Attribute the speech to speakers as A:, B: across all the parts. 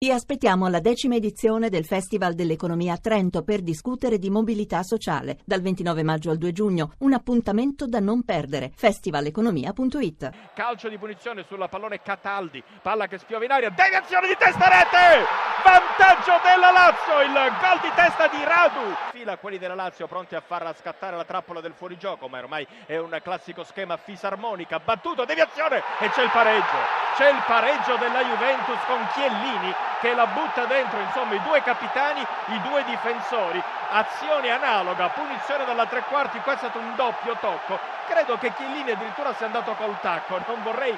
A: Vi aspettiamo alla 10ª edizione del Festival dell'Economia a Trento per discutere di mobilità sociale. Dal 29 maggio al 2 giugno, un appuntamento da non perdere. festivaleconomia.it.
B: Calcio di punizione sul pallone Cataldi, palla che spiova in aria, deviazione di testa, rete! Vantaggio della Lazio, il gol di testa di Radu. Fila quelli della Lazio pronti a far scattare la trappola del fuorigioco, ma ormai è un classico schema fisarmonica, battuto, deviazione e c'è il pareggio. C'è il pareggio della Juventus con Chiellini che la butta dentro, insomma i due capitani, i due difensori, azione analoga, punizione dalla tre quarti, qua è stato un doppio tocco, credo che Chiellini addirittura sia andato col tacco, non vorrei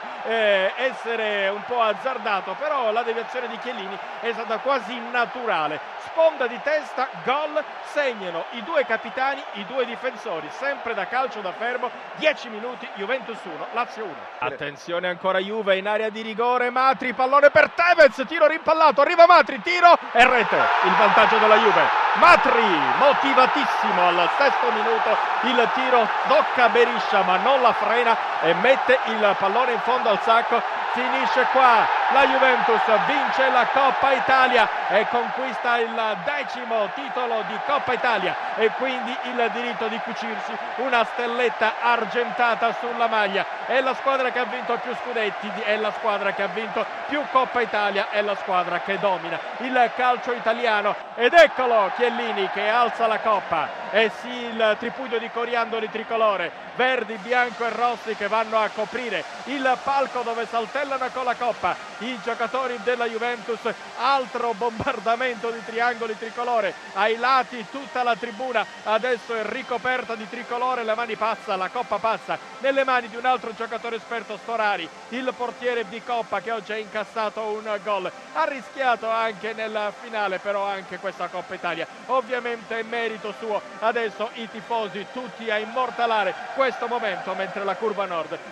B: essere un po' azzardato, però la deviazione di Chiellini è stata quasi naturale, sponda di testa, gol, segnano i due capitani, i due difensori, sempre da calcio da fermo, 10 minuti, Juventus 1, Lazio 1. Attenzione ancora Juve in area di rigore, Matri, pallone per Tevez, tiro rimpallato, arriva Matri, tiro e rete, il vantaggio della Juve. Matri, motivatissimo al sesto minuto, il tiro tocca Beriscia ma non la frena e mette il pallone in fondo al sacco. Finisce qua, la Juventus vince la Coppa Italia e conquista il 10° titolo di Coppa Italia e quindi il diritto di cucirsi una stelletta argentata sulla maglia. È la squadra che ha vinto più scudetti, è la squadra che ha vinto più Coppa Italia, è la squadra che domina il calcio italiano. Ed eccolo Chiellini che alza la coppa e sì, il tripudio di coriandoli tricolore, verdi, bianco e rossi che vanno a coprire il palco dove saltellano con la coppa i giocatori della Juventus. Altro bombardamento di triangoli tricolore ai lati, tutta la tribuna adesso è ricoperta di tricolore, le mani passa, la coppa passa nelle mani di un altro giocatore esperto, Storari, il portiere di Coppa che oggi ha incassato un gol, ha rischiato anche nel finale, però anche questa Coppa Italia ovviamente è merito suo. Adesso i tifosi tutti a immortalare questo momento mentre la curva nord